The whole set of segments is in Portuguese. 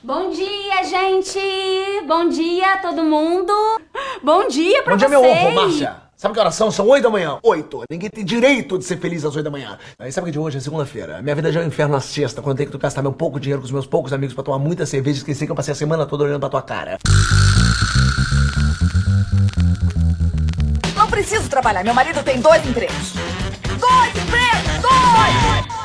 Bom dia, gente! Bom dia, todo mundo! Bom dia pra vocês! Bom dia, meu ovo, Márcia! Sabe que horas são? São 8 da manhã. 8. Ninguém tem direito de ser feliz às 8 da manhã. Aí sabe que de hoje é segunda-feira. Minha vida já é um inferno na sexta, quando eu tenho que gastar meu pouco dinheiro com os meus poucos amigos pra tomar muita cerveja e esquecer que eu passei a semana toda olhando pra tua cara. Não preciso trabalhar. Meu marido tem 2 empregos. 2 empregos! 2!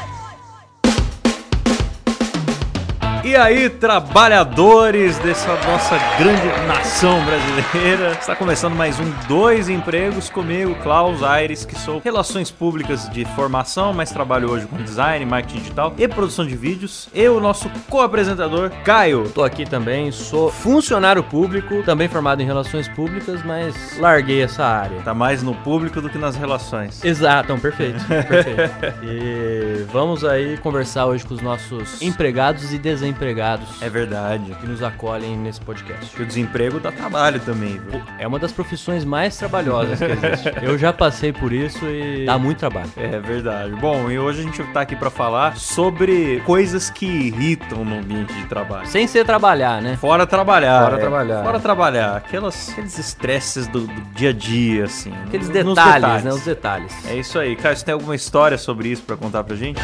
E aí, trabalhadores dessa nossa grande nação brasileira, está começando mais um Dois Empregos comigo, Klaus Aires, que sou Relações Públicas de formação, mas trabalho hoje com design, marketing digital e produção de vídeos. E o nosso co-apresentador, Caio. Tô aqui também, sou funcionário público, também formado em Relações Públicas, mas larguei essa área. Tá mais no público do que nas relações. Exato, perfeito, perfeito. E vamos aí conversar hoje com os nossos empregados e desempregados. É verdade. Que nos acolhem nesse podcast. Que o desemprego dá trabalho também, viu? É uma das profissões mais trabalhosas que existe. Eu já passei por isso e dá muito trabalho. É verdade. Bom, e hoje a gente tá aqui pra falar sobre coisas que irritam no ambiente de trabalho. Sem ser trabalhar, né? Fora trabalhar. Fora trabalhar. Fora trabalhar. Aqueles estresses do dia a dia, assim. Aqueles nos detalhes, né? Os detalhes. É isso aí. Caio, você tem alguma história sobre isso pra contar pra gente?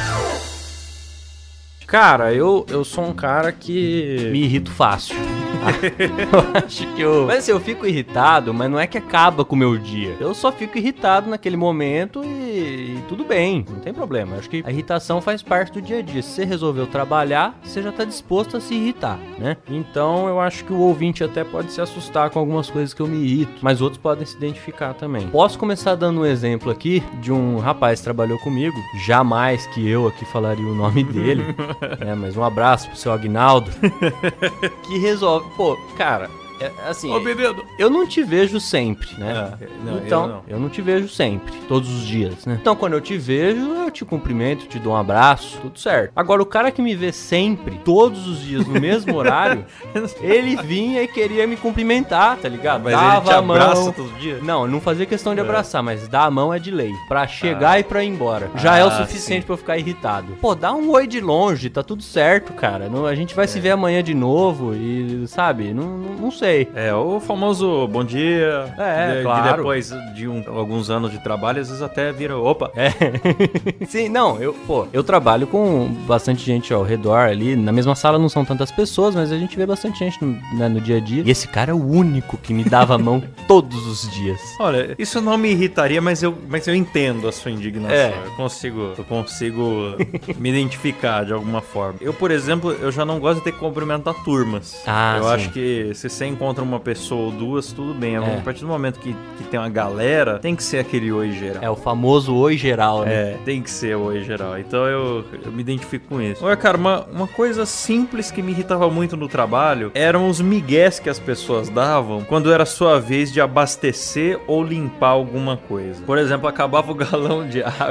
Cara, eu sou um cara que me irrito fácil. Eu acho que Mas assim, eu fico irritado, mas não é que acaba com o meu dia. Eu só fico irritado naquele momento e tudo bem, não tem problema. Eu acho que a irritação faz parte do dia a dia. Se você resolveu trabalhar, você já tá disposto a se irritar, né? Então eu acho que o ouvinte até pode se assustar com algumas coisas que eu me irrito, mas outros podem se identificar também. Posso começar dando um exemplo aqui de um rapaz que trabalhou comigo. Jamais que eu aqui falaria o nome dele, né? Mas um abraço pro seu Aguinaldo, que resolve... Pô, cara, assim, Ô, menino, eu não te vejo sempre, né? Não, então, eu não te vejo sempre, todos os dias, né? Então, quando eu te vejo, eu te cumprimento, te dou um abraço, tudo certo. Agora, o cara que me vê sempre, todos os dias, no mesmo horário, ele vinha e queria me cumprimentar, tá ligado? Mas dava ele te a mão. abraça todo dia? Não, não fazia questão de abraçar, mas dar a mão é de lei. Pra chegar e pra ir embora. Já é o suficiente pra eu ficar irritado. Pô, dá um oi de longe, tá tudo certo, cara. Não, a gente vai se ver amanhã de novo e, sabe, não sei. É, o famoso bom dia. Claro. Que depois de alguns anos de trabalho, às vezes até vira, opa. Sim, não, eu trabalho com bastante gente ao redor ali. Na mesma sala não são tantas pessoas, mas a gente vê bastante gente no dia a dia. E esse cara é o único que me dava a mão todos os dias. Olha, isso não me irritaria, mas eu entendo a sua indignação. Eu consigo me identificar de alguma forma. Eu, por exemplo, eu já não gosto de ter que cumprimentar turmas. Eu sim. acho que se você encontra uma pessoa ou duas, tudo bem. A partir do momento que tem uma galera, tem que ser aquele oi geral. É o famoso oi geral, né? Tem que ser o oi geral. Então eu me identifico com isso. Olha, cara, uma coisa simples que me irritava muito no trabalho eram os migués que as pessoas davam quando era sua vez de abastecer ou limpar alguma coisa. Por exemplo, acabava o galão de água.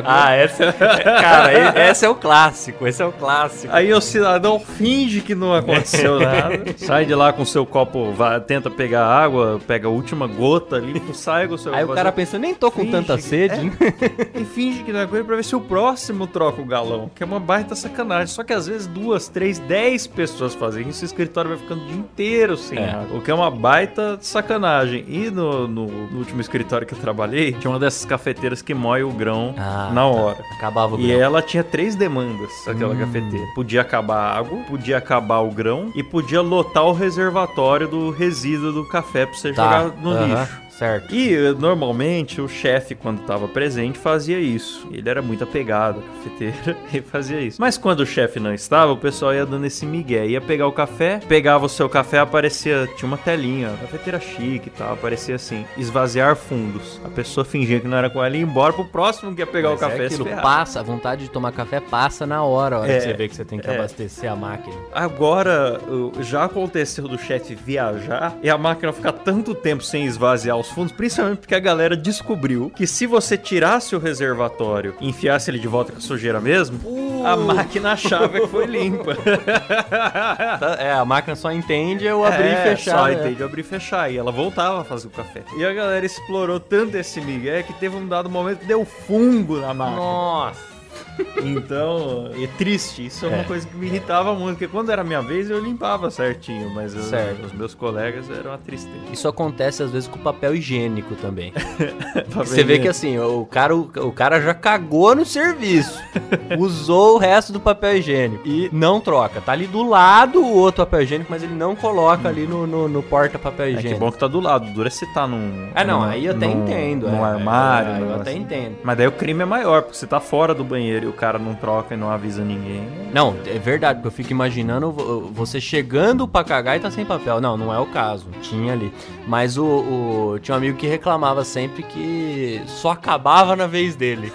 Cara, esse é o clássico, Aí o cidadão finge que não aconteceu nada, sai de lá com seu copo, tenta pegar água, pega a última gota ali, sai com o seu... Aí o cara pensa, nem tô com tanta sede, né? E finge que não é coisa pra ver se o próximo troca o galão, que é uma baita sacanagem. Só que às vezes 2, 3, 10 pessoas fazem isso, o escritório vai ficando o dia inteiro sem água, o que é uma baita sacanagem. E no último escritório que eu trabalhei, tinha uma dessas cafeteiras que moe o grão na hora. Acabava o grão. E ela tinha 3 demandas, aquela cafeteira. Podia acabar a água, podia acabar o grão e podia lotar o reservatório do resíduo do café pra você jogar no lixo. Certo. E normalmente o chefe, quando estava presente, fazia isso. Ele era muito apegado à cafeteira e fazia isso. Mas quando o chefe não estava, o pessoal ia dando esse migué. Ia pegar o café, pegava o seu café, aparecia, tinha uma telinha, cafeteira chique e tal, aparecia assim, esvaziar fundos. A pessoa fingia que não era com ela e ia embora pro próximo que ia pegar o café. Aquilo passa, a vontade de tomar café passa na hora que você vê que você tem que abastecer a máquina. Agora, já aconteceu do chefe viajar e a máquina ficar tanto tempo sem esvaziar os fundos, principalmente porque a galera descobriu que se você tirasse o reservatório e enfiasse ele de volta com a sujeira mesmo, a máquina achava que foi limpa. A máquina só entende eu abrir e fechar. Só entende eu abrir e fechar. E ela voltava a fazer o café. E a galera explorou tanto esse migué que teve um dado momento que deu fungo na máquina. Nossa! Então, é triste. Isso é uma coisa que me irritava muito, porque quando era a minha vez eu limpava certinho, mas os meus colegas eram uma tristeza. Isso acontece às vezes com papel higiênico também. Você vê que assim, o cara já cagou no serviço, usou o resto do papel higiênico e não troca. Tá ali do lado o outro papel higiênico, mas ele não coloca ali no porta-papel higiênico. Que bom que tá do lado, dura se tá num... aí eu até entendo. Num armário. Eu até entendo. Mas daí o crime é maior, porque você tá fora do banheiro e o cara não troca e não avisa ninguém. Não, é verdade, porque eu fico imaginando você chegando pra cagar e tá sem papel. Não é o caso, tinha ali. Mas tinha um amigo que reclamava sempre que só acabava na vez dele.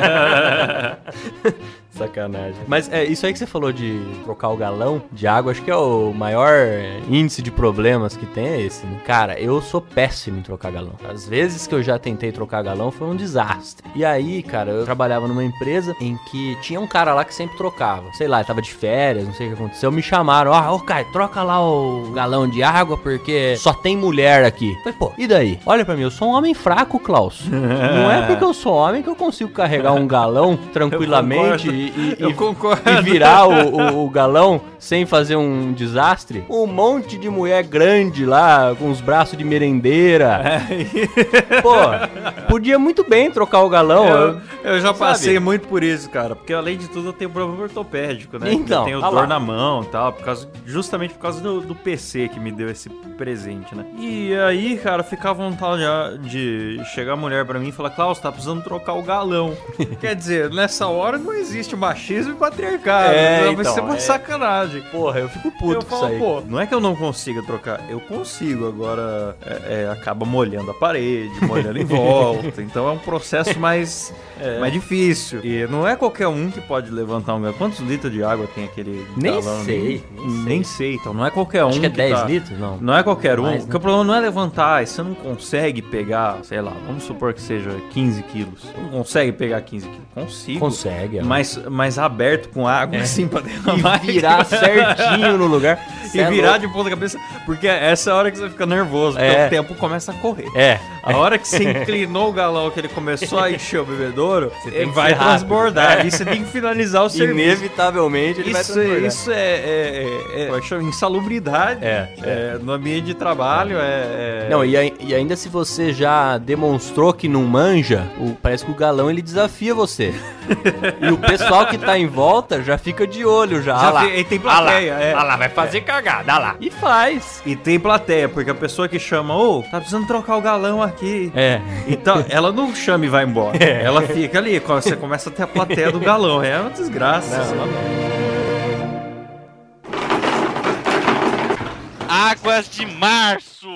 Sacanagem. Mas isso aí que você falou de trocar o galão de água, acho que é o maior índice de problemas que tem esse, né? Cara, eu sou péssimo em trocar galão. As vezes que eu já tentei trocar galão foi um desastre. E aí, cara, eu trabalhava numa empresa em que tinha um cara lá que sempre trocava. Sei lá, ele tava de férias, não sei o que aconteceu. Me chamaram, Caio, troca lá o galão de água porque só tem mulher aqui. Falei, pô, e daí? Olha pra mim, eu sou um homem fraco, Klaus. Não é porque eu sou homem que eu consigo carregar um galão tranquilamente eu concordo. E virar o galão sem fazer um desastre. Um monte de mulher grande lá, com os braços de merendeira. Pô, podia muito bem trocar o galão. Eu já passei muito por isso, cara. Porque além de tudo eu tenho problema ortopédico, né? Então, eu tenho dor na mão e tal. Justamente por causa do PC que me deu esse presente, né? E aí, cara, fica à vontade de chegar a mulher pra mim e falar: Klaus, tá precisando trocar o galão. Quer dizer, nessa hora não existe machismo e patriarcado. Vai ser uma sacanagem. Porra, eu fico puto com isso aí. Pô, não é que eu não consiga trocar, eu consigo. Agora acaba molhando a parede, molhando em volta. Então é um processo mais difícil. E não é qualquer um que pode levantar um galão. Quantos litros de água tem aquele galão? Nem sei. Então não é qualquer um. Acho que é 10 litros? Não é qualquer um. Mais, né? Porque o problema não é levantar. E você não consegue pegar, sei lá, vamos supor que seja 15 quilos. Você não consegue pegar 15 quilos. Consigo. Consegue. Mas aberto com água, assim, pra derramar. E virar certinho no lugar. E virar de ponta cabeça. Porque essa é a hora que você fica nervoso. Porque o tempo começa a correr. A hora que você inclinou o galão, que ele começou a encher o bebedouro, ele vai transbordar. E você tem que finalizar o serviço. Inevitavelmente ele vai transbordar. Isso eu chamo insalubridade no ambiente de trabalho. Não, e ainda se você já demonstrou que não manja, parece que o galão ele desafia você. E o pessoal que tá em volta já fica de olho já. E tem plateia. Olha lá, vai fazer cagada, olha lá. E faz. E tem plateia, porque a pessoa que chama, tá precisando trocar o galão aqui. Então, ela não chama e vai embora. Ela fica ali, quando você começa a ter a plateia do galão. É uma desgraça. Águas de Março.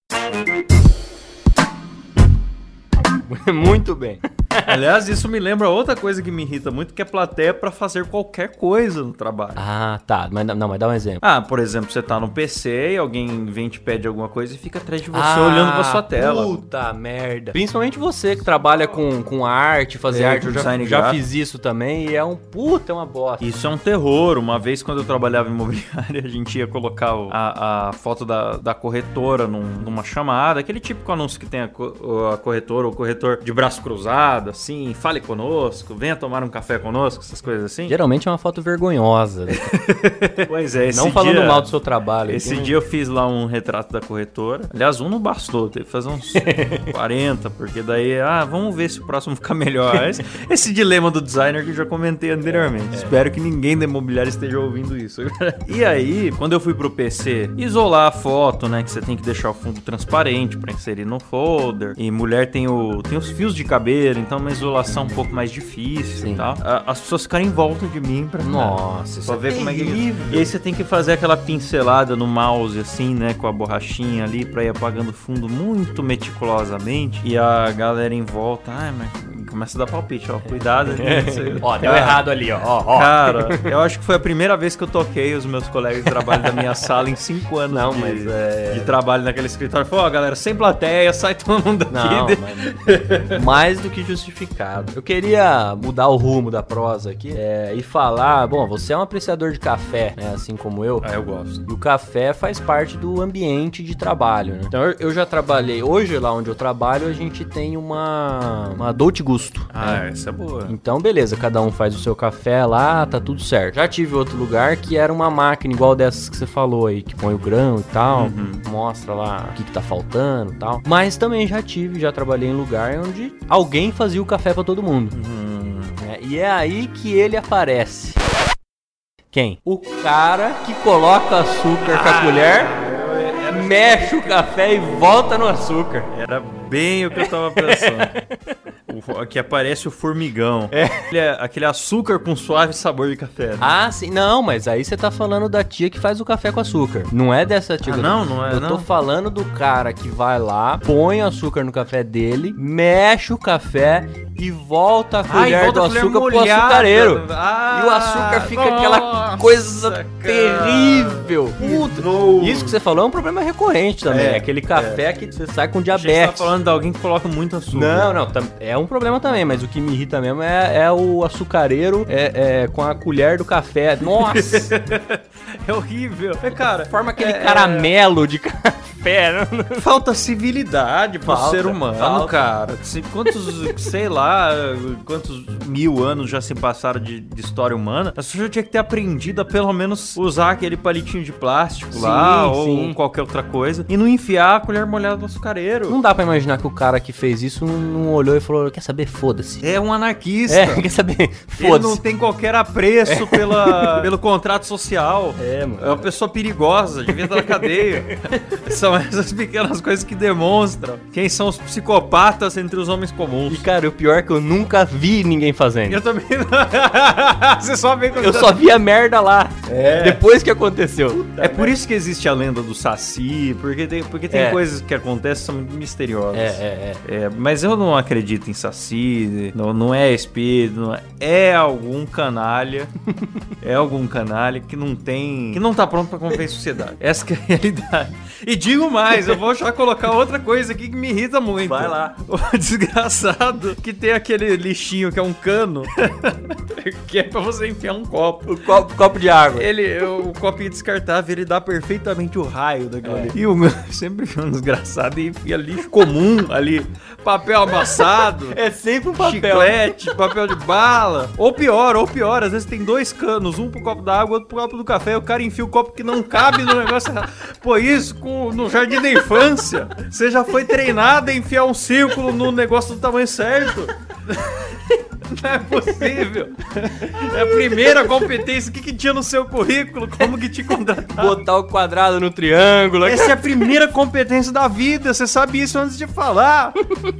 Muito bem. Aliás, isso me lembra outra coisa que me irrita muito, que é plateia pra fazer qualquer coisa no trabalho. Ah, tá. Mas dá um exemplo. Por exemplo, você tá no PC e alguém vem e te pede alguma coisa e fica atrás de você olhando pra sua tela. Puta merda. Principalmente você que trabalha com arte, fazer arte. Eu já fiz isso também e é uma bosta. Isso é um terror. Uma vez, quando eu trabalhava em imobiliária, a gente ia colocar a foto da corretora numa chamada. Aquele típico anúncio que tem a corretora ou o corretor de braço cruzado, assim, fale conosco, venha tomar um café conosco, essas coisas assim. Geralmente é uma foto vergonhosa. Pois é, não falando mal do seu trabalho. Esse dia eu fiz lá um retrato da corretora. Aliás, não bastou, teve que fazer uns 40, porque daí, vamos ver se o próximo ficar melhor. Esse dilema do designer que eu já comentei anteriormente. Espero que ninguém da imobiliária esteja ouvindo isso. E aí, quando eu fui pro PC, isolar a foto, né, que você tem que deixar o fundo transparente pra inserir no folder. E mulher tem os fios de cabelo, então uma isolação um pouco mais difícil e tal. As pessoas ficaram em volta de mim pra ver como é que é. E aí você tem que fazer aquela pincelada no mouse, assim, né, com a borrachinha ali, pra ir apagando o fundo muito meticulosamente. E a galera em volta, mas começa a dar palpite, cuidado. Deu errado ali, Cara, eu acho que foi a primeira vez que eu toquei os meus colegas de trabalho da minha sala em 5 anos de trabalho naquele escritório. Falei, galera, sem plateia, sai todo mundo daqui. Mas mais do que justificado. Eu queria mudar o rumo da prosa aqui e falar, você é um apreciador de café, né, assim como eu. Eu gosto. E o café faz parte do ambiente de trabalho, né? Então eu já trabalhei, hoje lá onde eu trabalho, a gente tem uma Dolce Gusto custo. Essa é boa. Então, beleza, cada um faz o seu café lá, tá tudo certo. Já tive outro lugar que era uma máquina igual dessas que você falou aí, que põe o grão e tal, mostra lá o que tá faltando e tal. Mas também já trabalhei em lugar onde alguém fazia o café pra todo mundo. E é aí que ele aparece. Quem? O cara que coloca açúcar com a colher, mexe o café e volta no açúcar. Era bem o que eu tava pensando. Aqui aparece o formigão. Aquele açúcar com suave sabor de café. Né? Ah, sim. Não, mas aí você tá falando da tia que faz o café com açúcar. Não é dessa tia. Não é. Eu tô falando do cara que vai lá, põe açúcar no café dele, mexe o café e volta a colher do açúcar pro açucareiro. E o açúcar fica aquela coisa terrível. Puta. Isso que você falou é um problema recorrente também. Aquele café que você sai com diabetes. Você tá falando de alguém que coloca muito açúcar. Não. É um problema também, mas o que me irrita mesmo é o açucareiro com a colher do café. Nossa! É horrível. Cara, forma aquele caramelo de café. Falta civilidade pro ser humano, cara. Quantos mil anos já se passaram de história humana, a pessoa já tinha que ter aprendido a pelo menos usar aquele palitinho de plástico ou qualquer outra coisa e não enfiar a colher molhada no açucareiro. Não dá pra imaginar que o cara que fez isso não olhou e falou, quer saber? Foda-se. É um anarquista. Quer saber? Foda-se. Ele não tem qualquer apreço pelo contrato social. Mano. É uma pessoa perigosa, devia estar na cadeia. São essas pequenas coisas que demonstram quem são os psicopatas entre os homens comuns. E, cara, o pior é que eu nunca vi ninguém fazendo. Eu também não. Você só vê quando eu só vi a merda lá. Depois que aconteceu. É por isso que existe a lenda do Saci, porque tem coisas que acontecem que são muito misteriosas. Mas eu não acredito em Saci, não é espírito, é algum canalha. É algum canalha que não tá pronto pra conviver em sociedade. Essa que é a realidade. E digo mais, eu vou já colocar outra coisa aqui que me irrita muito. Vai lá. O desgraçado que tem aquele lixinho que é um cano, que é pra você enfiar um copo. O copo de água. O copinho descartável, ele dá perfeitamente o raio daquilo ali. E sempre vi um desgraçado e enfia lixo comum ali. Papel amassado. É sempre um papel. Chiclete, papel de bala. Ou pior, às vezes tem dois canos, um pro copo da água, outro pro copo do café, o cara enfia o copo que não cabe no negócio. Pô, isso no jardim da infância. Você já foi treinado a enfiar um círculo no negócio do tamanho certo. Não é possível. É a primeira competência. O que tinha no seu currículo? Como que te contrataram? Botar o quadrado no triângulo. Essa é a primeira competência da vida. Você sabe isso antes de falar.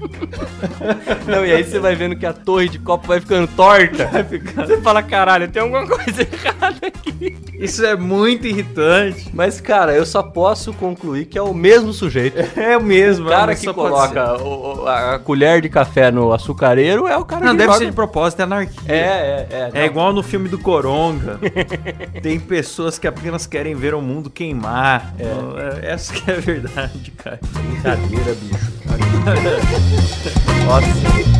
Não, e aí você vai vendo que a torre de copo vai ficando torta. Você fala, caralho, tem alguma coisa errada aqui. Isso é muito irritante. Mas, cara, eu só posso concluir que é o mesmo sujeito. É o mesmo. O cara que coloca a colher de café no açucareiro é o cara que deve joga... ser de propósito, é anarquia. É igual no filme do Coronga. Tem pessoas que apenas querem ver o mundo queimar. Essa que é a verdade, cara. Brincadeira, bicho. Nossa.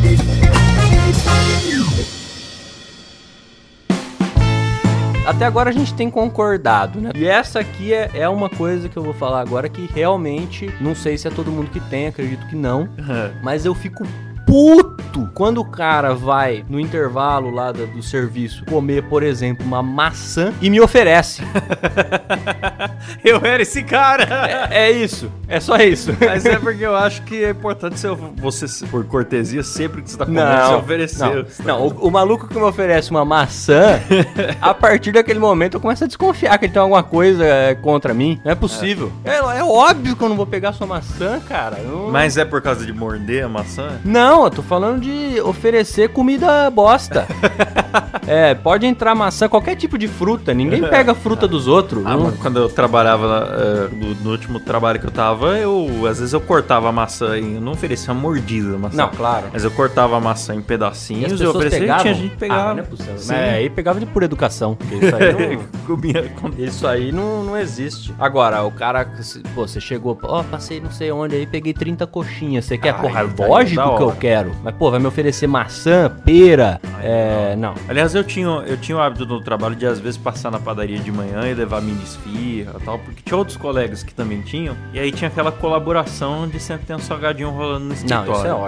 Até agora a gente tem concordado, né? E essa aqui é uma coisa que eu vou falar agora que realmente, não sei se é todo mundo que tem, acredito que não, mas eu fico puto quando o cara vai no intervalo lá do serviço comer, por exemplo, uma maçã e me oferece. Eu era esse cara. É isso. É só isso. Mas é porque eu acho que é importante você, por cortesia, sempre que você tá comendo, você oferecer. Não, o maluco que me oferece uma maçã, a partir daquele momento eu começo a desconfiar que ele tem alguma coisa contra mim. Não é possível. É óbvio que eu não vou pegar sua maçã, cara. Mas é por causa de morder a maçã? Não, eu tô falando de oferecer comida bosta. Pode entrar maçã, qualquer tipo de fruta. Ninguém pega a fruta dos outros. Mas quando eu trabalhava, no último trabalho que eu tava, às vezes eu cortava a maçã e eu não oferecia uma mordida a maçã. Não, claro. Mas eu cortava a maçã em pedacinhos e eu oferecia e tinha gente que pegava. Não é possível. Mas aí pegava por educação. Isso aí isso aí não existe. Agora, o cara, pô, você chegou, passei não sei onde aí, peguei 30 coxinhas. Você quer? Porra, lógico que eu quero. Mas, pô, vai me oferecer maçã, pera, não. Aliás, eu tinha o hábito no trabalho de, às vezes, passar na padaria de manhã e levar mini esfirra e tal, porque tinha outros colegas que também tinham, e aí tinha aquela colaboração de sempre ter um salgadinho rolando no escritório. Não, isso é ótimo.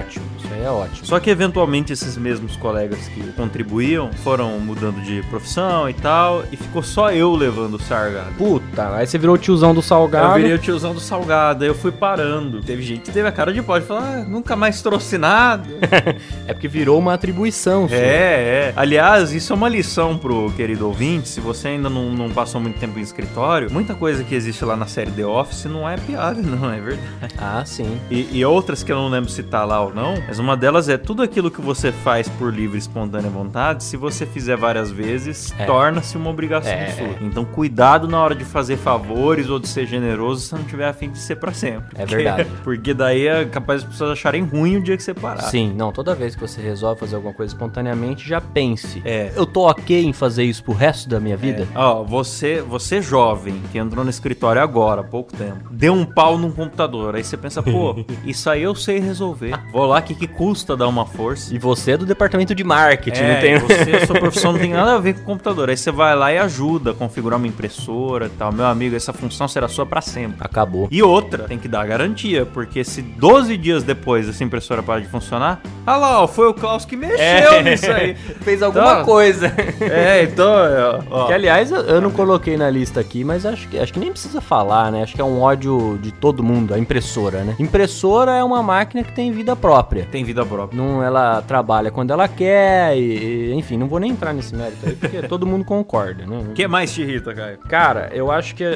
Isso aí é ótimo. Só que eventualmente esses mesmos colegas que contribuíam foram mudando de profissão e tal, e ficou só eu levando o salgado. Puta, aí você virou o tiozão do salgado. Eu virei o tiozão do salgado, aí eu fui parando. Teve gente que teve a cara de pau de falar, nunca mais trouxe nada. É porque virou uma atribuição. É. Aliás, isso é uma lição pro querido ouvinte. Se você ainda não passou muito tempo em escritório, muita coisa que existe lá na série The Office não é piada, não, é verdade. Ah, sim. E outras que eu não lembro se tá lá ou não, mas uma delas é tudo aquilo que você faz por livre e espontânea vontade, se você fizer várias vezes, torna-se uma obrigação sua. Então cuidado na hora de fazer favores ou de ser generoso se não tiver a fim de ser pra sempre. É verdade. Porque daí é capaz as pessoas acharem ruim o dia que você parar. Sim, não, toda vez que você resolve fazer alguma coisa espontaneamente, já pense. Eu tô ok em fazer isso pro resto da minha vida? Ó, você jovem, que entrou no escritório agora, há pouco tempo, deu um pau num computador, aí você pensa, pô, isso aí eu sei resolver. Vou lá, que custa dar uma força? E você é do departamento de marketing, não tem... a sua profissão não tem nada a ver com o computador. Aí você vai lá e ajuda a configurar uma impressora e tal. Meu amigo, essa função será sua pra sempre. Acabou. E outra, tem que dar garantia, porque se 12 dias depois essa impressora parar de funcionar, ah lá, ó, foi o Klaus que mexeu nisso aí. Fez alguma coisa. Então, ó. Que, aliás, eu não coloquei na lista aqui, mas acho que nem precisa falar, né? Acho que é um ódio de todo mundo, a impressora, né? Impressora é uma máquina que tem vida própria. Tem vida própria. Não, ela trabalha quando ela quer enfim, não vou nem entrar nesse mérito aí, porque todo mundo concorda, né? O que mais te irrita, Caio? Cara, eu acho que,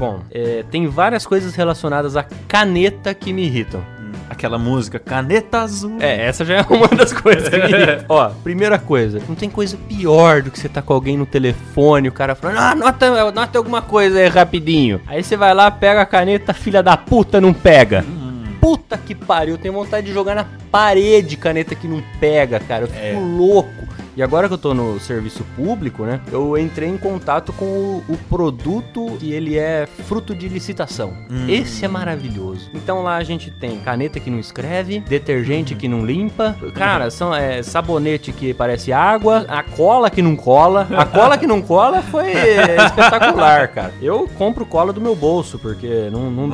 tem várias coisas relacionadas à caneta que me irritam. Aquela música, Caneta Azul. Essa já é uma das coisas que me irrita. Ó, primeira coisa, não tem coisa pior do que você tá com alguém no telefone, o cara falando, anota alguma coisa aí rapidinho. Aí você vai lá, pega a caneta, filha da puta, não pega. Puta que pariu, eu tenho vontade de jogar na parede caneta que não pega, cara. Eu fico louco. E agora que eu tô no serviço público, né, eu entrei em contato com o produto que ele é fruto de licitação. Esse é maravilhoso. Então lá a gente tem caneta que não escreve, detergente que não limpa, cara, são sabonete que parece água, a cola que não cola. A cola que não cola foi espetacular, cara. Eu compro cola do meu bolso, porque não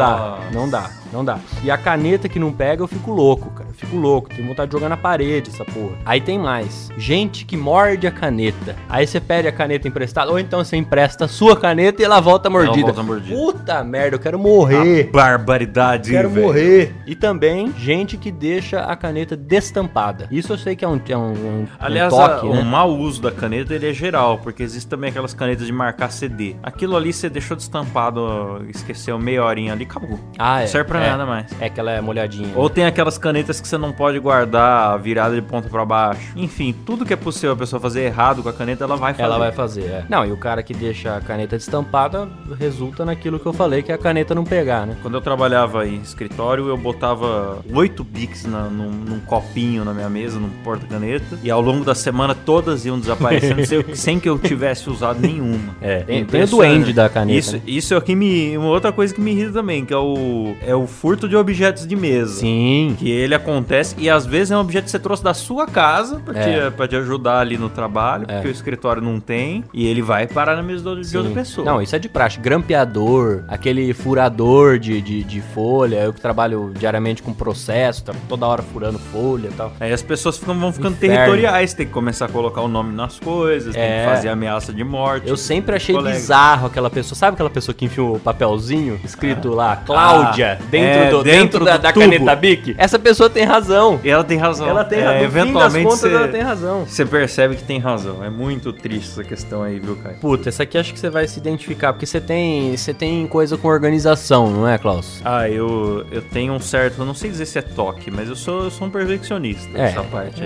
dá. E a caneta que não pega, eu fico louco, cara. Tenho vontade de jogar na parede essa porra. Aí tem mais. Gente que morde a caneta. Aí você pede a caneta emprestada, ou então você empresta a sua caneta e ela volta mordida. Puta merda, eu quero morrer. Barbaridade, quero morrer. E também gente que deixa a caneta destampada. Isso eu sei que é um aliás, toque, né? O mau uso da caneta, ele é geral, porque existe também aquelas canetas de marcar CD. Aquilo ali você deixou destampado, esqueceu meia horinha ali, acabou. Não serve pra nada mais. É que ela é molhadinha. Ou tem aquelas canetas que você não pode guardar virada de ponta pra baixo. Enfim, tudo que é possível a pessoa fazer errado com a caneta, ela vai fazer. Não, e o cara que deixa a caneta destampada resulta naquilo que eu falei, que é a caneta não pegar, né? Quando eu trabalhava em escritório, eu botava 8 bics num copinho na minha mesa, num porta-caneta, e ao longo da semana todas iam desaparecendo sem que eu tivesse usado nenhuma. Tem o duende da caneta. Isso é o que uma outra coisa que me irrita também, que é o furto de objetos de mesa. Sim. Que ele acontece e às vezes é um objeto que você trouxe da sua casa pra te ajudar ali no trabalho, porque o escritório não tem, e ele vai parar na mesa de outra pessoa. Não, isso é de praxe. Grampeador, aquele furador de folha, eu que trabalho diariamente com processo, tá toda hora furando folha e tal. Aí as pessoas vão ficando territoriais, tem que começar a colocar o nome nas coisas, tem que fazer ameaça de morte. Eu sempre achei bizarro aquela pessoa, sabe aquela pessoa que enfia o papelzinho escrito lá, Cláudia, dentro da caneta Bic? Essa pessoa tem razão. E ela tem razão. Ela tem razão. Eventualmente ela tem razão. Você percebe que tem razão. É muito triste essa questão aí, viu, Caio? Puta, essa aqui acho que você vai se identificar, porque você tem coisa com organização, não é, Klaus? Eu tenho um certo, eu não sei dizer se é toque, mas eu sou um perfeccionista nessa parte.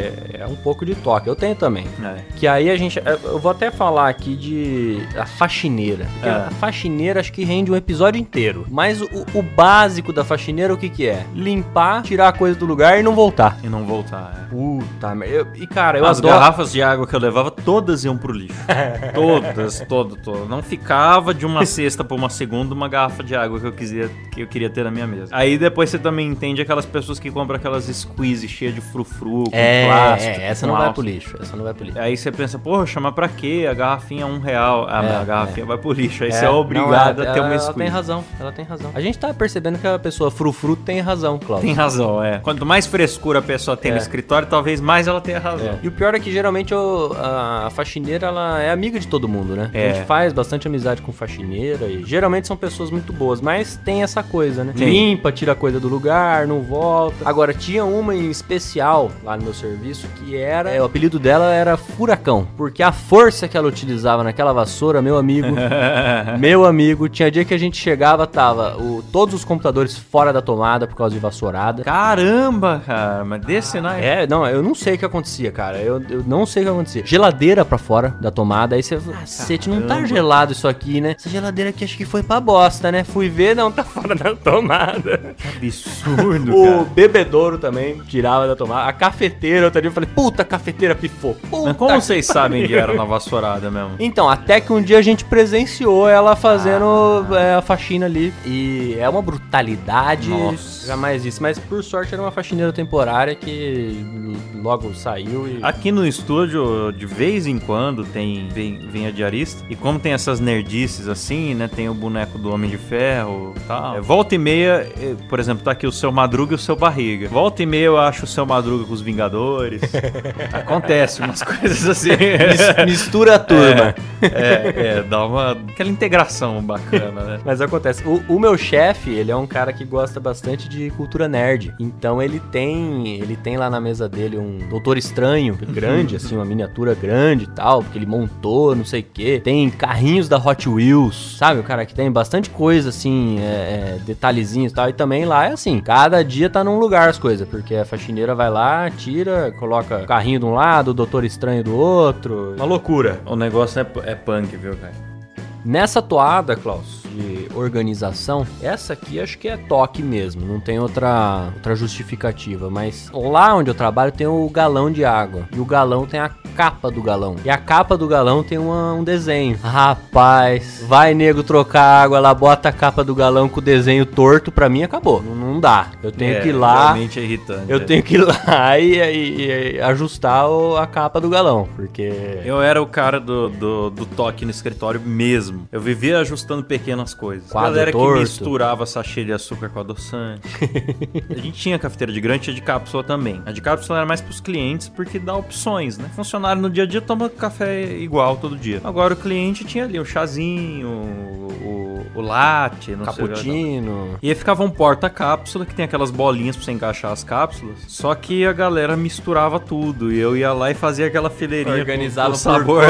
É um pouco de toque. Eu tenho também. Que aí eu vou até falar aqui de a faxineira. A faxineira acho que rende um episódio inteiro. Mas o básico da faxineira, o que é? Limpar, tirar a coisa do lugar e não voltar. Puta merda. E cara, eu As adoro... garrafas de água que eu levava, todas iam pro lixo. Todas. Não ficava de uma cesta pra uma segunda uma garrafa de água que eu queria ter na minha mesa. Aí depois você também entende aquelas pessoas que compram aquelas squeeze cheias de frufru, com plástico. Essa não vai pro lixo. Aí você pensa, porra, mas pra quê? A garrafinha é R$1. A garrafinha vai pro lixo. Aí você é obrigado a ter uma squeeze. Ela tem razão. A gente tá percebendo que a pessoa frufru tem razão, Cláudio. Tem razão, Quanto mais frescura a pessoa tem no escritório, talvez mais ela tenha razão. E o pior é que geralmente a faxineira, ela é amiga de todo mundo, né? A gente faz bastante amizade com faxineira e geralmente são pessoas muito boas, mas tem essa coisa, né? Sim. Limpa, tira a coisa do lugar, não volta. Agora, tinha uma em especial lá no meu serviço que o apelido dela era Furacão, porque a força que ela utilizava naquela vassoura, meu amigo, tinha dia que a gente chegava, tava todos os computadores fora da tomada por causa de vassourada. Caramba, cara, mas desse não é... Não, eu não sei o que acontecia, cara. Eu não sei o que acontecia. Geladeira pra fora da tomada, aí você fala, cacete, não tá gelado isso aqui, né? Essa geladeira aqui acho que foi pra bosta, né? Fui ver, não, tá fora da tomada. Que absurdo, O bebedouro também tirava da tomada. A cafeteira, outro dia eu falei, puta, a cafeteira pifou. Mas como vocês sabem que era na vassourada mesmo? Então, até que um dia a gente presenciou ela fazendo a faxina ali. E é uma brutalidade. Nossa. Jamais isso. Mas por sorte era uma faxineira temporária que logo saiu e... Aqui no estúdio, de vez em quando, vem a diarista. E como tem essas nerdices assim, né? Tem o boneco do Homem de Ferro e tal. Volta e meia, por exemplo, tá aqui o Seu Madruga e o Seu Barriga. Volta e meia eu acho o Seu Madruga com os Vingadores. Acontece umas coisas assim. Mistura a turma. Dá aquela integração bacana, né? Mas acontece. O meu chefe, ele é um cara que gosta bastante de cultura nerd. Então ele tem lá na mesa dele um Doutor Estranho grande, assim, uma miniatura grande e tal, porque ele montou, não sei o quê. Tem carrinhos da Hot Wheels, sabe? O cara que tem bastante coisa, assim, detalhezinhos e tal. E também lá é assim, cada dia tá num lugar as coisas, porque a faxineira vai lá, tira, coloca o carrinho de um lado, o Doutor Estranho do outro. Uma loucura. O negócio é punk, viu, cara? Nessa toada, Klaus, de organização, essa aqui acho que é toque mesmo, não tem outra justificativa, mas lá onde eu trabalho tem o galão de água, e o galão tem a capa do galão, e a capa do galão tem um desenho. Rapaz, vai nego trocar água, ela bota a capa do galão com o desenho torto, pra mim acabou, não dá, eu tenho que ir lá, realmente é irritante. Eu tenho que ir lá e ajustar a capa do galão, porque... Eu era o cara do toque no escritório mesmo. Eu vivia ajustando pequenas coisas. Quadro galera torto. que misturava sachê de açúcar com adoçante. A gente tinha cafeteira de grande, tinha de cápsula também. A de cápsula era mais pros clientes porque dá opções, né? Funcionário no dia a dia toma café igual todo dia. Agora o cliente tinha ali um chazinho, o latte, não sei o que. Cappuccino. E aí ficava um porta-cápsula que tem aquelas bolinhas pra você encaixar as cápsulas. Só que a galera misturava tudo. E eu ia lá e fazia aquela fileirinha. Organizava com sabor.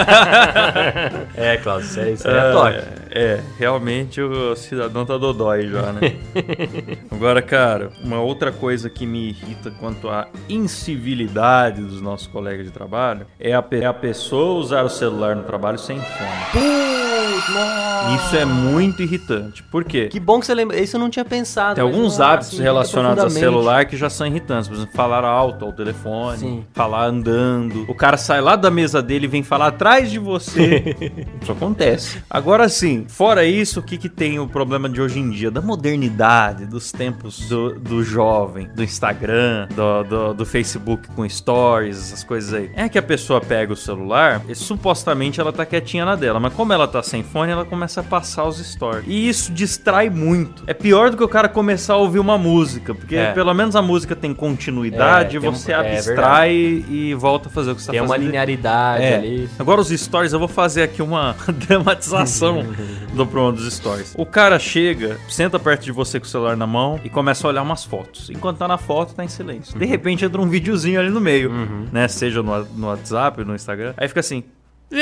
Klaus, isso é toque. Realmente o cidadão tá dodói já, né? Agora, cara, uma outra coisa que me irrita quanto à incivilidade dos nossos colegas de trabalho é a pessoa usar o celular no trabalho sem fone. Isso é muito irritante. Por quê? Que bom que você lembra. Isso eu não tinha pensado. Tem alguns hábitos relacionados a celular que já são irritantes. Por exemplo, falar alto ao telefone, Sim. falar andando. O cara sai lá da mesa dele e vem falar atrás de você. Isso acontece. Agora sim, fora isso, o que tem o problema de hoje em dia? Da modernidade, dos tempos do jovem, do Instagram, do Facebook com stories, essas coisas aí. É que a pessoa pega o celular e supostamente ela tá quietinha na dela, mas como ela tá sem fone, ela começa a passar os stories. E isso distrai muito. É pior do que o cara começar a ouvir uma música, porque pelo menos a música tem continuidade, você abstrai e volta a fazer o que você tá fazendo. Tem uma linearidade ali. Agora os stories, eu vou fazer aqui uma dramatização do problema dos stories. O cara chega, senta perto de você com o celular na mão e começa a olhar umas fotos. Enquanto tá na foto, tá em silêncio. De repente entra um videozinho ali no meio, né? Seja no WhatsApp, no Instagram. Aí fica assim...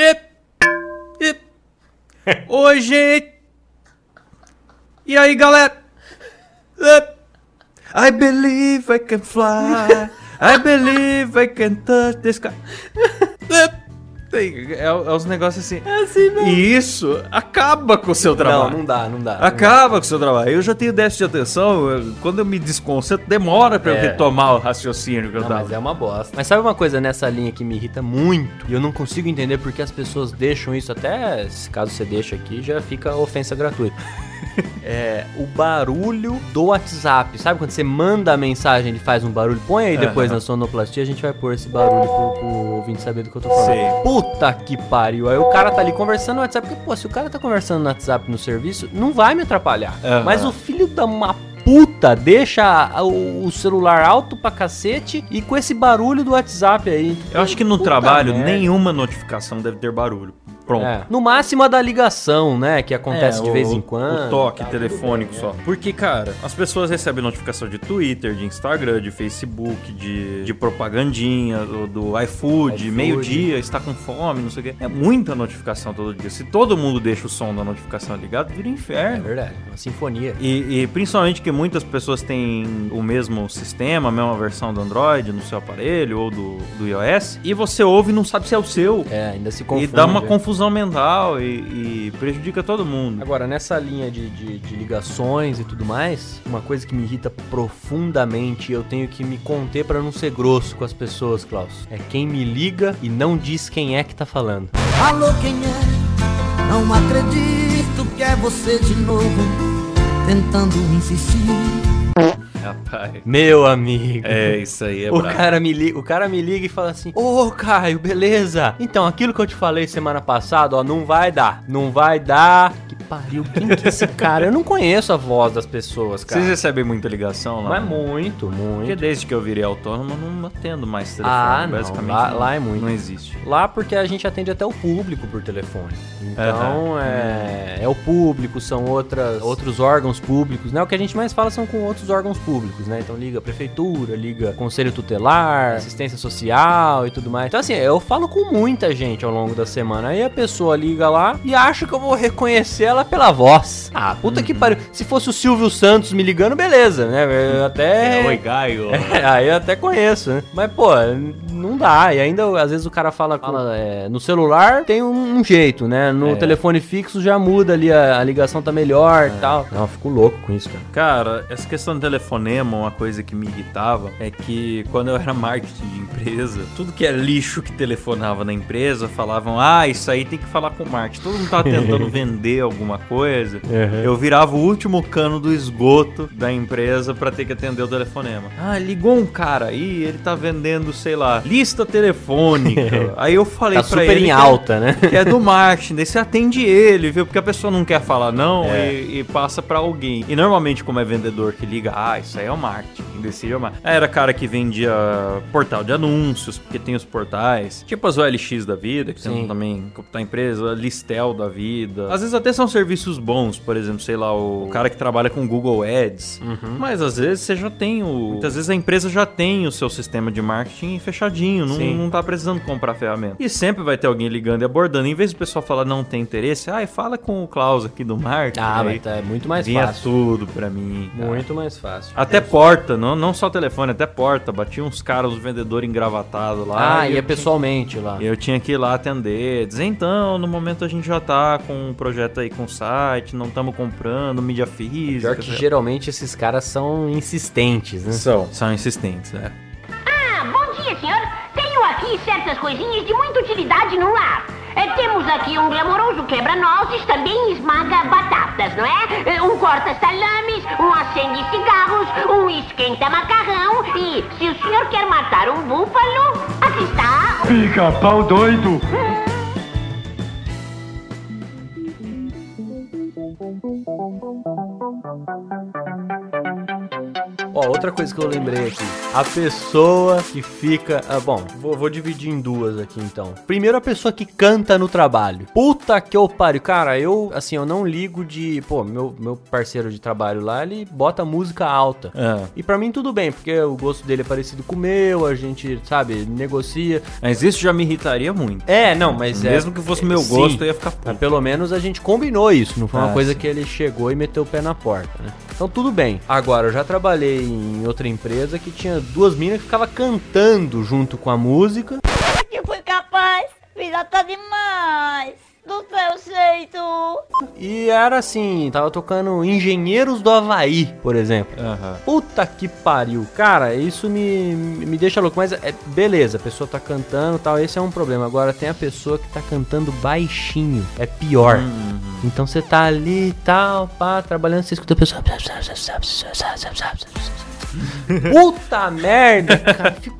Oi, gente! E aí, galera? I believe I can fly. I believe I can touch the sky. É uns negócios assim. É assim mesmo. E isso acaba com o seu trabalho. Não dá. Acaba com o seu trabalho. Eu já tenho déficit de atenção. Quando eu me desconcentro, demora pra eu retomar o raciocínio que eu tava. Mas é uma bosta. Mas sabe uma coisa nessa linha que me irrita muito? E eu não consigo entender porque as pessoas deixam isso. Até, se caso você deixa aqui, já fica ofensa gratuita. É o barulho do WhatsApp. Sabe quando você manda a mensagem e faz um barulho? Põe aí depois na sonoplastia, a gente vai pôr esse barulho pro ouvinte saber do que eu tô falando. Sei. Puta que pariu. Aí o cara tá ali conversando no WhatsApp. Porque, pô, se o cara tá conversando no WhatsApp no serviço, não vai me atrapalhar. Mas o filho da uma puta, deixa o celular alto pra cacete e com esse barulho do WhatsApp aí. Eu acho que no Puta trabalho merda. nenhuma notificação deve ter barulho. Pronto. No máximo a da ligação, né? Que acontece de vez em quando. O toque telefônico só. Porque, cara, as pessoas recebem notificação de Twitter, de Instagram, de Facebook, de propagandinha, do iFood, meio-dia, está com fome, não sei o quê. É muita notificação todo dia. Se todo mundo deixa o som da notificação ligado, vira É inferno. verdade, uma sinfonia. E principalmente que muitas pessoas têm o mesmo sistema, a mesma versão do Android no seu aparelho ou do iOS, e você ouve e não sabe se é o seu. Ainda se confunde. E dá uma confusão mental e prejudica todo mundo. Agora, nessa linha de ligações e tudo mais, uma coisa que me irrita profundamente, eu tenho que me conter pra não ser grosso com as pessoas, Klaus. É quem me liga e não diz quem é que tá falando. Alô, quem é? Não acredito que é você de novo, tentando insistir. Rapaz. Meu amigo. É, isso aí é O brabo. cara me liga e fala assim: Ô, Caio, beleza? Então, aquilo que eu te falei semana passada, ó, não vai dar. Não vai dar. Que pariu, quem que é esse cara? Eu não conheço a voz das pessoas, cara. Vocês recebem muita ligação lá? Mas muito, Porque muito. desde que eu virei autônomo, eu não atendo mais telefone. Não. Basicamente, Lá é muito. Não existe. Lá porque a gente atende até o público por telefone. Então, é o público, são outros órgãos públicos, né? O que a gente mais fala são com outros órgãos públicos, né? Então liga a prefeitura, liga conselho tutelar, assistência social e tudo mais. Então assim, eu falo com muita gente ao longo da semana. Aí a pessoa liga lá e acha que eu vou reconhecer ela pela voz. Ah, puta que pariu. Se fosse o Silvio Santos me ligando, beleza, né? Eu até... Oi, Gaio. Aí eu até conheço, né? Mas, pô, não dá. E ainda, às vezes, o cara fala no celular tem um jeito, né? No telefone fixo já muda ali, a ligação tá melhor e tal. Não, eu fico louco com isso, cara. Cara, essa questão do telefonema, uma coisa que me irritava é que quando eu era marketing de empresa, tudo que é lixo que telefonava na empresa, falavam, isso aí tem que falar com o marketing. Todo mundo tava tentando vender alguma coisa. Eu virava o último cano do esgoto da empresa pra ter que atender o telefonema. Ligou um cara aí, ele tá vendendo, sei lá, lista telefônica. Aí eu falei Tá pra super ele em alta, né? que é do marketing, daí você atende ele, viu? Porque a pessoa não quer falar não e passa pra alguém. E normalmente, como é vendedor que liga, isso aí é o marketing, quem decide é o marketing. Era cara que vendia portal de anúncios, porque tem os portais, tipo as OLX da vida, que tem também a empresa, a Listel da vida. Às vezes até são serviços bons, por exemplo, sei lá, o cara que trabalha com Google Ads. Mas às vezes você já tem muitas vezes a empresa já tem o seu sistema de marketing fechadinho, não tá precisando comprar ferramenta. E sempre vai ter alguém ligando e abordando. Em vez do pessoal falar não tem interesse, fala com o Klaus aqui do marketing. Mas é muito mais vinha fácil. tudo pra mim. Cara. Muito mais fácil. Até porta, não só telefone, até porta. Batia uns caras, os vendedores engravatados lá. E é pessoalmente lá. E eu tinha que ir lá atender. Dizer, então, no momento a gente já tá com um projeto aí com o site, não estamos comprando mídia física. Pior que geralmente esses caras são insistentes, né? São insistentes, né? Bom dia, senhor. Tenho aqui certas coisinhas de muita utilidade no lar. Temos aqui um glamouroso quebra-nozes, também esmaga batatas, não é? Um corta-salames, um acende cigarros, um esquenta-macarrão e, se o senhor quer matar um búfalo, aqui está... Pica-pau doido! Outra coisa que eu lembrei aqui. A pessoa que fica... bom, vou dividir em duas aqui, então. Primeiro, a pessoa que canta no trabalho. Puta que eu pariu. Cara, eu não ligo de... Pô, meu parceiro de trabalho lá, ele bota música alta. E pra mim tudo bem, porque o gosto dele é parecido com o meu, a gente, sabe, negocia. Mas isso já me irritaria muito. Mas mesmo que fosse meu gosto, eu ia ficar puto. Mas pelo menos a gente combinou isso. Não foi uma coisa que ele chegou e meteu o pé na porta, né? Então tudo bem. Agora, eu já trabalhei em outra empresa que tinha duas meninas que ficavam cantando junto com a música. Que foi capaz, filha, tá demais. Do seu jeito. E era assim, tava tocando Engenheiros do Havaí, por exemplo. Puta que pariu. Cara, isso me deixa louco. Mas beleza, a pessoa tá cantando e tal, esse é um problema. Agora tem a pessoa que tá cantando baixinho. É pior. Então você tá ali e tal, trabalhando, você escuta a pessoa... Puta merda, cara, fico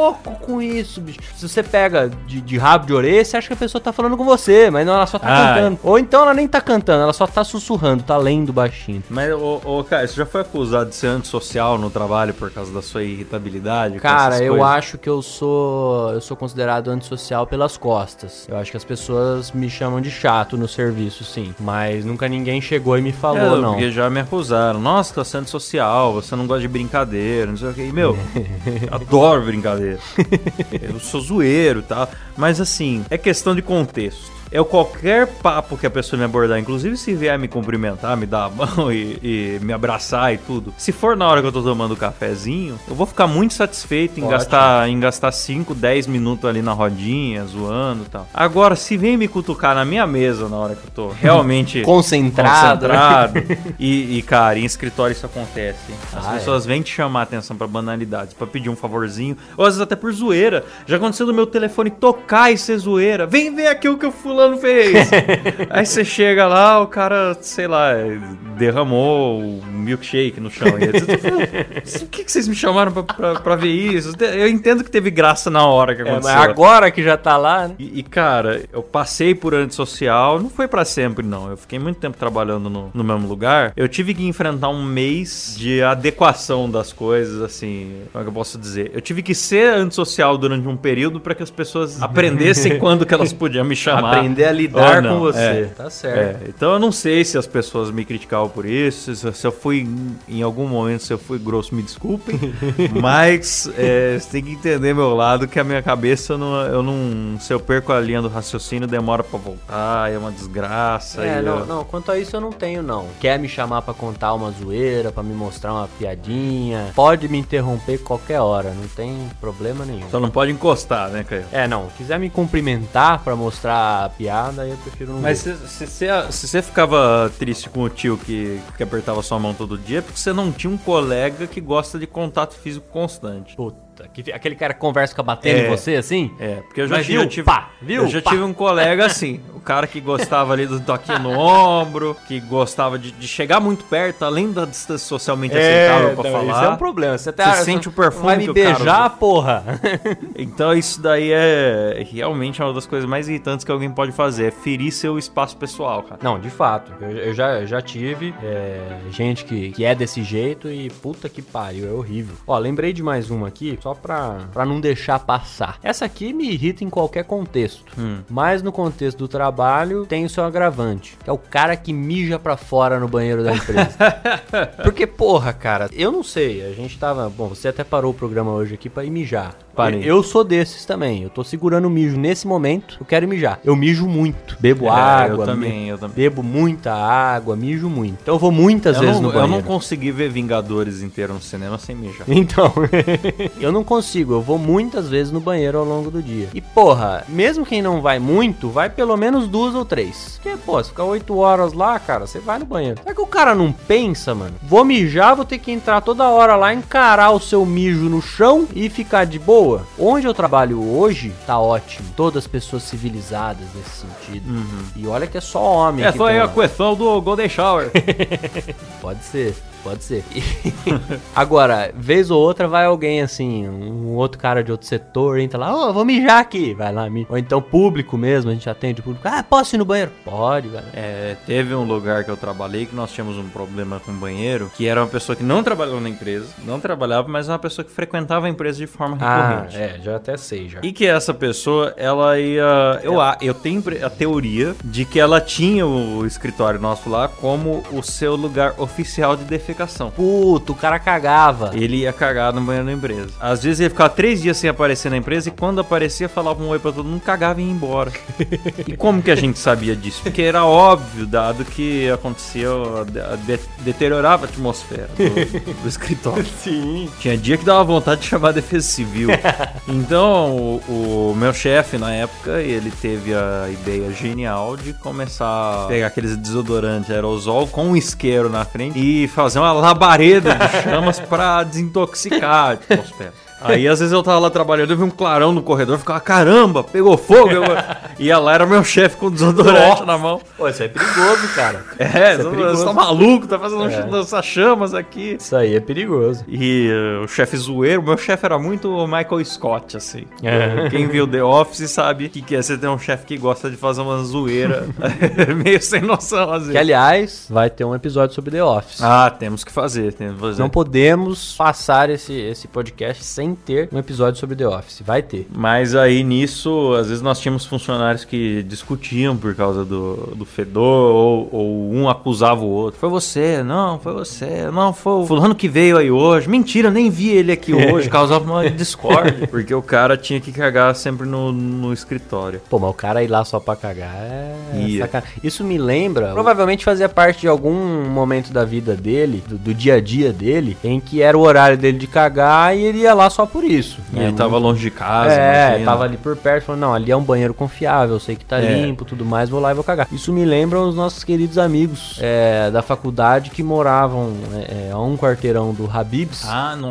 louco com isso, bicho. Se você pega de rabo de orelha, você acha que a pessoa tá falando com você, mas não, ela só tá cantando. Ou então ela nem tá cantando, ela só tá sussurrando, tá lendo baixinho. Mas, cara, você já foi acusado de ser antissocial no trabalho por causa da sua irritabilidade? Cara, eu acho que eu sou considerado antissocial pelas costas. Eu acho que as pessoas me chamam de chato no serviço, sim. Mas nunca ninguém chegou e me falou, não. Porque já me acusaram. Nossa, tá sendo social, você não gosta de brincadeira, não sei o que. E, meu, adoro brincadeira. Eu sou zoeiro e tal. Mas, assim, é questão de contexto. Qualquer papo que a pessoa me abordar, inclusive se vier me cumprimentar, me dar a mão e me abraçar e tudo, se for na hora que eu tô tomando o cafezinho, eu vou ficar muito satisfeito em gastar 5, 10 minutos ali na rodinha, zoando e tal. Agora, se vem me cutucar na minha mesa na hora que eu tô realmente concentrado e, cara, em escritório isso acontece. As pessoas vêm te chamar a atenção pra banalidades, pra pedir um favorzinho, ou às vezes até por zoeira. Já aconteceu do meu telefone tocar e ser zoeira. Vem ver aqui o que eu fulano fez. Aí você chega lá, o cara, sei lá, derramou o milkshake no chão. O que vocês me chamaram pra ver isso? Eu entendo que teve graça na hora que aconteceu. Mas agora que já tá lá, né? E, cara, eu passei por antissocial, não foi pra sempre, não. Eu fiquei muito tempo trabalhando no mesmo lugar. Eu tive que enfrentar um mês de adequação das coisas, assim, como é que eu posso dizer? Eu tive que ser antissocial durante um período pra que as pessoas aprendessem quando que elas podiam me chamar. Aprender a lidar com você. Tá certo. Então eu não sei se as pessoas me criticavam por isso, se eu fui, em algum momento, se eu fui grosso, me desculpem. Mas você tem que entender meu lado, que a minha cabeça, se eu perco a linha do raciocínio, demora pra voltar, é uma desgraça. Não, quanto a isso eu não tenho, não. Quer me chamar pra contar uma zoeira, pra me mostrar uma piadinha, pode me interromper qualquer hora, não tem problema nenhum. Só não pode encostar, né, Caio? Não, quiser me cumprimentar pra mostrar a piada, aí eu prefiro não. Mas se você ficava triste com o tio que apertava sua mão todo dia, é porque você não tinha um colega que gosta de contato físico constante. Puta, aquele cara que conversa com a batendo em você, assim? Porque eu já tive um colega assim, o cara que gostava ali do toquinho no ombro, que gostava de chegar muito perto, além da distância socialmente aceitável pra falar. Isso é um problema. Você sente o perfume vai me beijar, porra. Então isso daí é realmente uma das coisas mais irritantes que alguém pode fazer, é ferir seu espaço pessoal, cara. Não, de fato. Eu já tive gente que é desse jeito e puta que pariu, é horrível. Ó, lembrei de mais uma aqui, só pra não deixar passar. Essa aqui me irrita em qualquer contexto. Mas no contexto do trabalho tem o seu agravante, que é o cara que mija pra fora no banheiro da empresa. Porque, porra, cara, eu não sei, a gente tava... Bom, você até parou o programa hoje aqui pra ir mijar. Parei. Eu sou desses também. Eu tô segurando o mijo nesse momento, eu quero mijar. Eu mijo muito. Bebo água. Eu também. Bebo muita água, mijo muito. Então eu vou muitas vezes no banheiro. Eu não consegui ver Vingadores inteiro no cinema sem mijar. Então, eu não consigo. Eu vou muitas vezes no banheiro ao longo do dia. E, porra, mesmo quem não vai muito, vai pelo menos 2 ou 3. Porque, pô, se ficar 8 horas lá, cara, você vai no banheiro. É que o cara não pensa, mano. Vou mijar, vou ter que entrar toda hora lá, encarar o seu mijo no chão e ficar de boa. Onde eu trabalho hoje, tá ótimo. Todas as pessoas civilizadas nesse sentido. E olha que é só homem. Essa foi a questão do Golden Shower. Pode ser. Agora, vez ou outra vai alguém assim, um outro cara de outro setor, entra lá, vou mijar aqui, vai lá, ou então público mesmo, a gente atende o público, posso ir no banheiro? Pode, velho. Teve um lugar que eu trabalhei que nós tínhamos um problema com o banheiro, que era uma pessoa que não trabalhava na empresa, não trabalhava, mas uma pessoa que frequentava a empresa de forma recorrente. Já até sei, já. E que essa pessoa, ela ia... Eu tenho a teoria de que ela tinha o escritório nosso lá como o seu lugar oficial de defesa. Puto, o cara cagava. Ele ia cagar no banheiro da empresa. Às vezes ele ficava 3 dias sem aparecer na empresa e quando aparecia falava um oi pra todo mundo, cagava e ia embora. E como que a gente sabia disso? Porque era óbvio, dado que acontecia, deteriorava a atmosfera do escritório. Sim. Tinha dia que dava vontade de chamar a defesa civil. Então, o meu chefe na época, ele teve a ideia genial de começar a pegar aqueles desodorantes aerosol com um isqueiro na frente e fazer uma labareda de chamas pra desintoxicar a atmosfera. Aí às vezes eu tava lá trabalhando, eu vi um clarão no corredor, ficava, caramba, pegou fogo. Ia lá, era meu chefe com desodorante na mão. Pô, isso é perigoso, cara. Você tá maluco, tá fazendo lança-chamas aqui. Isso aí é perigoso. E o chefe zoeiro, meu chefe era muito Michael Scott, assim. Quem viu The Office sabe o que é você ter um chefe que gosta de fazer uma zoeira meio sem noção, às vezes. Que, aliás, vai ter um episódio sobre The Office. Temos que fazer. Não podemos passar esse podcast sem ter um episódio sobre The Office. Vai ter. Mas aí nisso, às vezes nós tínhamos funcionários que discutiam por causa do fedor, ou um acusava o outro. Foi você, não, foi o fulano que veio aí hoje. Mentira, nem vi ele aqui hoje, causava uma discórdia. Porque o cara tinha que cagar sempre no escritório. Pô, mas o cara ir lá só pra cagar é sacanagem. Isso me lembra, provavelmente fazia parte de algum momento da vida dele, do dia a dia dele, em que era o horário dele de cagar e ele ia lá só por isso. E ele tava longe de casa. Tava ali por perto, falou, não, ali é um banheiro confiável, eu sei que tá limpo, tudo mais, vou lá e vou cagar. Isso me lembra os nossos queridos amigos da faculdade que moravam a um quarteirão do Habib's.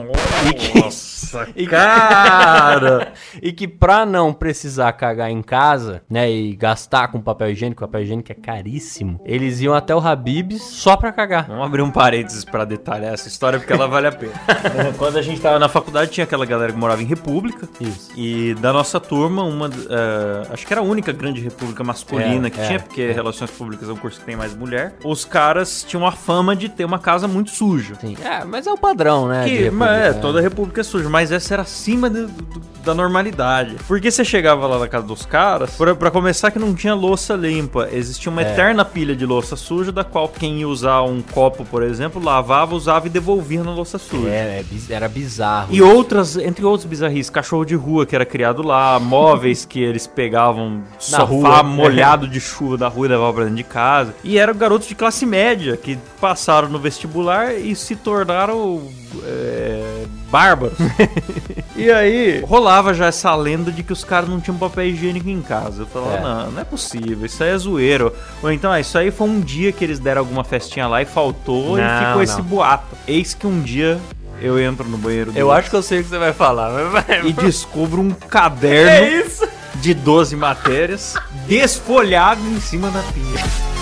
Nossa, cara! E que pra não precisar cagar em casa, né, e gastar com papel higiênico é caríssimo, eles iam até o Habib's só pra cagar. Vamos abrir um parênteses pra detalhar essa história, porque ela vale a pena. Quando a gente tava na faculdade, tinha aquela galera que morava em República. Isso. E da nossa turma, acho que era a única grande república masculina que tinha, porque Relações Públicas é um curso que tem mais mulher. Os caras tinham a fama de ter uma casa muito suja. Sim. Mas é o padrão, né? Toda república é suja, mas essa era acima da normalidade. Porque você chegava lá na casa dos caras, pra começar que não tinha louça limpa. Existia uma eterna pilha de louça suja, da qual quem ia usar um copo, por exemplo, lavava, usava e devolvia na louça suja. Era bizarro. E entre outros bizarrices, cachorro de rua que era criado lá, móveis que eles pegavam sofá molhado de chuva da rua e levavam pra dentro de casa. E eram garotos de classe média que passaram no vestibular e se tornaram bárbaros. E aí rolava já essa lenda de que os caras não tinham papel higiênico em casa. Eu falava, não é possível, isso aí é zoeiro. Ou então, isso aí foi um dia que eles deram alguma festinha lá e faltou e ficou esse boato. Eis que um dia eu entro no banheiro deles. Eu acho que eu sei o que você vai falar. E descubro um caderno de 12 matérias desfolhado em cima da pia.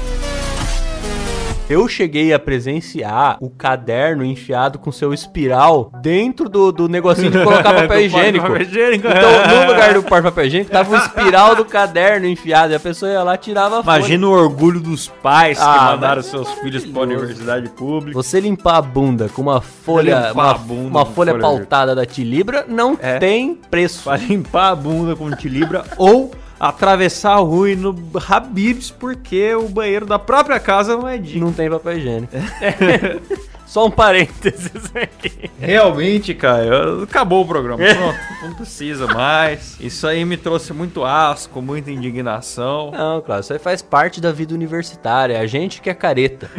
Eu cheguei a presenciar o caderno enfiado com seu espiral dentro do negocinho de colocar papel higiênico. Então, no lugar do papel higiênico, tava o espiral do caderno enfiado. E a pessoa ia lá e tirava a folha. Imagina o orgulho dos pais que mandaram seus filhos pra universidade pública. Você limpar a bunda com uma folha, uma folha pautada da Tilibra não tem preço. Pra limpar a bunda com Tilibra ou atravessar a rua no Habib's porque o banheiro da própria casa não é digno. Não tem papel higiênico. Só um parênteses aqui. Realmente, cara, acabou o programa. Pronto, não precisa mais. Isso aí me trouxe muito asco, muita indignação. Não, claro, isso aí faz parte da vida universitária. A gente que é careta.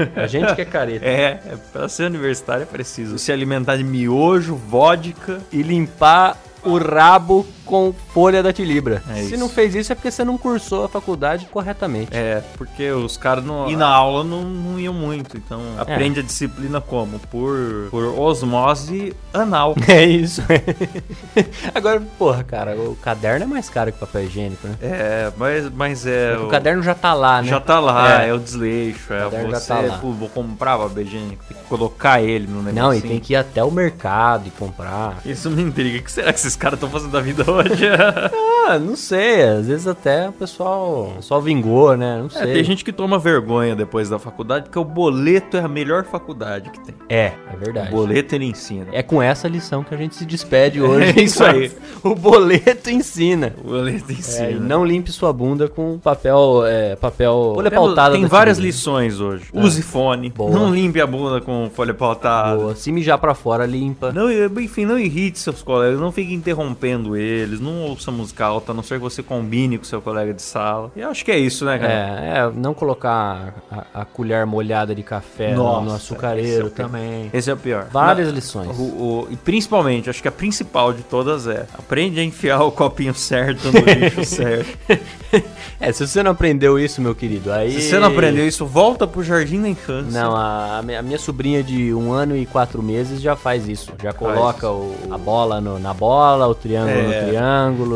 Pra ser universitário é preciso se alimentar de miojo, vodka e limpar o rabo com folha da Tilibra. Se não fez isso é porque você não cursou a faculdade corretamente. Porque os caras e na aula não iam muito. Então aprende a disciplina como? Por osmose anal. É isso. Agora, porra, cara, o caderno é mais caro que o papel higiênico, né? Mas o caderno já tá lá, né? Já tá lá, é o desleixo. Você, tá lá. Vou comprar papel higiênico, tem que colocar ele no negócio. Não, e tem que ir até o mercado e comprar. Isso me intriga. O que será que esses caras estão fazendo da vida hoje? Não sei, às vezes até o pessoal vingou, né? Não sei. Tem gente que toma vergonha depois da faculdade, porque o boleto é a melhor faculdade que tem. É verdade. O boleto ele ensina. É com essa lição que a gente se despede hoje. É isso aí. O boleto ensina. O boleto ensina. E não limpe sua bunda com papel folha pautada. Tem várias lições hoje. Use fone. Boa. Não limpe a bunda com folha pautada. Boa. Se mijar pra fora, limpa. Não irrite seus colegas. Não fique interrompendo eles. Não ouça música alta, a não ser que você combine com seu colega de sala. E eu acho que é isso, né, cara? Não colocar a colher molhada de café no açucareiro também. Esse é o pior. Várias lições. E principalmente, acho que a principal de todas aprende a enfiar o copinho certo no lixo certo. Se você não aprendeu isso, meu querido, aí... Se você não aprendeu isso, volta pro jardim da infância. Não, a minha sobrinha de 1 ano e 4 meses já faz isso. Já coloca a bola na bola, o triângulo no triângulo.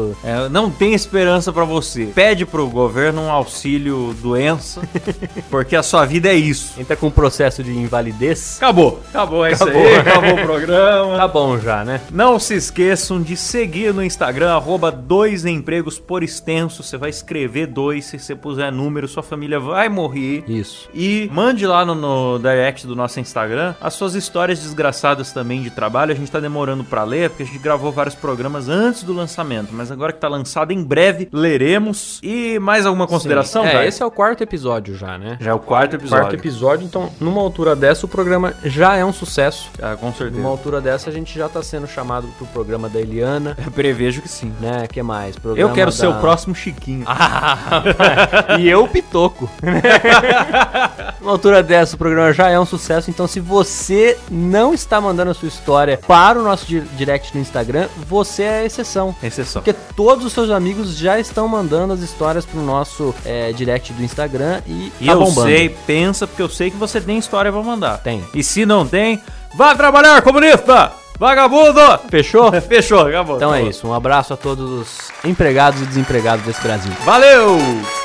não tem esperança pra você. Pede pro governo um auxílio doença, porque a sua vida é isso. Entra com um processo de invalidez. Acabou, é isso aí, acabou o programa. Tá bom já, né? Não se esqueçam de seguir no Instagram, @2empregos por extenso. Você vai escrever 2, se você puser número, sua família vai morrer. Isso. E mande lá no direct do nosso Instagram as suas histórias desgraçadas também de trabalho. A gente tá demorando pra ler, porque a gente gravou vários programas antes do lançamento, mas agora que tá lançado, em breve leremos. E mais alguma consideração, cara? Esse é o 4º episódio já, né? Já é o 4º episódio. 4º episódio, então numa altura dessa o programa já é um sucesso. Ah, com certeza. Numa altura dessa a gente já tá sendo chamado pro programa da Eliana. Eu prevejo que sim. Né, que mais? Programa eu quero ser o próximo Chiquinho. E eu, Pitoco. Numa altura dessa o programa já é um sucesso, então se você não está mandando a sua história para o nosso direct no Instagram, você é a exceção. Porque todos os seus amigos já estão mandando as histórias pro nosso direct do Instagram e tá bombando. Eu sei, pensa, porque eu sei que você tem história pra mandar. Tem. E se não tem, vá trabalhar, comunista! Vagabundo! Fechou? Fechou, acabou. Então é isso, um abraço a todos os empregados e desempregados desse Brasil. Valeu!